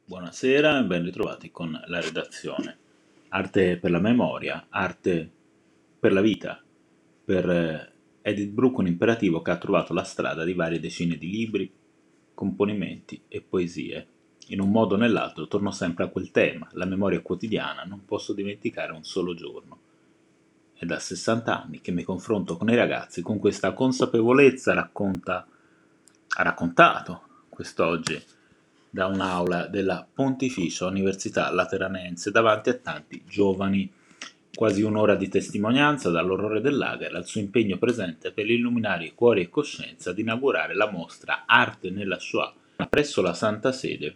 Buonasera e ben ritrovati con la redazione. Arte per la memoria, arte per la vita. Per Edith Bruck un imperativo che ha trovato la strada di varie decine di libri, componimenti e poesie. In un modo o nell'altro torno sempre a quel tema, la memoria quotidiana, non posso dimenticare un solo giorno. È da 60 anni che mi confronto con i ragazzi con questa consapevolezza ha raccontato quest'oggi da un'aula della Pontificia Università Lateranense davanti a tanti giovani, quasi un'ora di testimonianza dall'orrore del lager al suo impegno presente per illuminare cuori e coscienza ad inaugurare la mostra Arte nella Shoah presso la Santa Sede,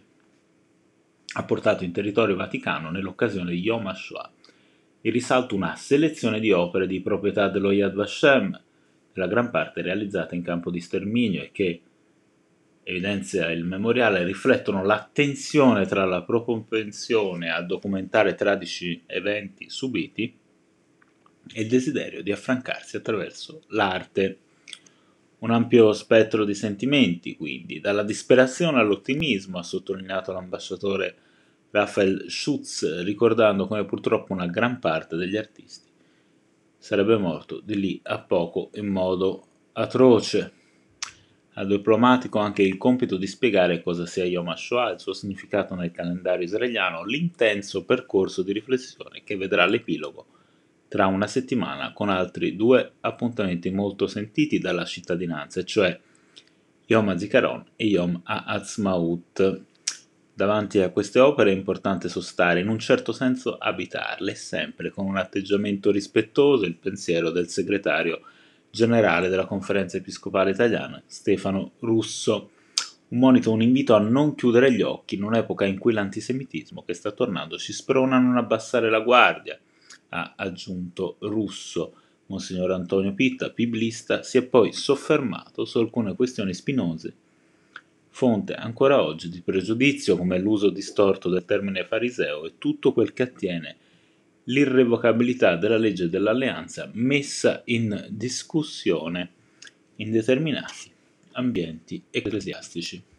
ha portato in territorio vaticano nell'occasione di Yom HaShoah. In risalto una selezione di opere di proprietà dello Yad Vashem, la gran parte realizzata in campo di sterminio e che, evidenzia il memoriale, riflettono la tensione tra la propensione a documentare tragici eventi subiti e il desiderio di affrancarsi attraverso l'arte. Un ampio spettro di sentimenti, quindi, dalla disperazione all'ottimismo, ha sottolineato l'ambasciatore Raphael Schutz, ricordando come purtroppo una gran parte degli artisti sarebbe morto di lì a poco in modo atroce. Ha diplomatico anche il compito di spiegare cosa sia Yom HaShoah, il suo significato nel calendario israeliano, l'intenso percorso di riflessione che vedrà l'epilogo tra una settimana con altri due appuntamenti molto sentiti dalla cittadinanza, cioè Yom HaZikaron e Yom HaAtzmaut. Davanti a queste opere è importante sostare, in un certo senso abitarle, sempre con un atteggiamento rispettoso, il pensiero del segretario generale della Conferenza Episcopale Italiana, Stefano Russo. Un monito, un invito a non chiudere gli occhi in un'epoca in cui l'antisemitismo che sta tornando ci sprona a non abbassare la guardia, ha aggiunto Russo. Monsignor Antonio Pitta, biblista, si è poi soffermato su alcune questioni spinose, fonte ancora oggi di pregiudizio come l'uso distorto del termine fariseo e tutto quel che attiene l'irrevocabilità della legge dell'alleanza messa in discussione in determinati ambienti ecclesiastici.